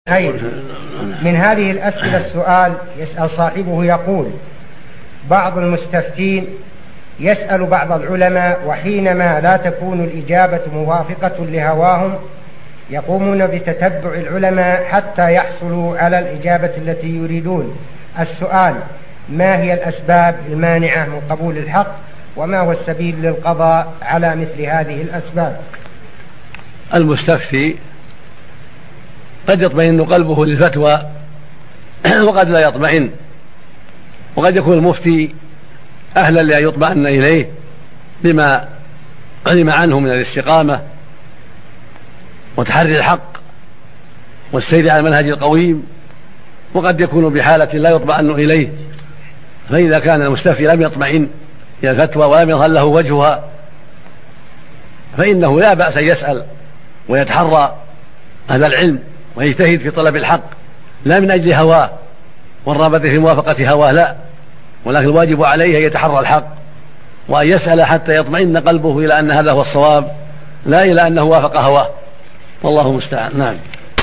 من هذه الأسئلة السؤال يسأل صاحبه يقول: بعض المستفتين يسأل بعض العلماء وحينما لا تكون الإجابة موافقة لهواهم يقومون بتتبع العلماء حتى يحصلوا على الإجابة التي يريدون. السؤال: ما هي الأسباب المانعة من قبول الحق، وما هو السبيل للقضاء على مثل هذه الأسباب؟ المستفتي قد يطمئن قلبه للفتوى وقد لا يطمئن، وقد يكون المفتي أهلا لأن يطمئن إليه لما علم عنه من الاستقامة وتحري الحق والسير على المنهج القويم، وقد يكون بحالة لا يطمئن إليه. فإذا كان المستفتي لم يطمئن إلى الفتوى ولم يظهر له وجهها فإنه لا بأس يسأل ويتحرى هذا العلم ويجتهد في طلب الحق، لا من أجل هواه والرغبة في موافقة هواه، لا، ولكن الواجب عليه أن يتحرى الحق وأن يسأل حتى يطمئن قلبه إلى أن هذا هو الصواب، لا إلى أنه وافق هواه، والله المستعان. نعم.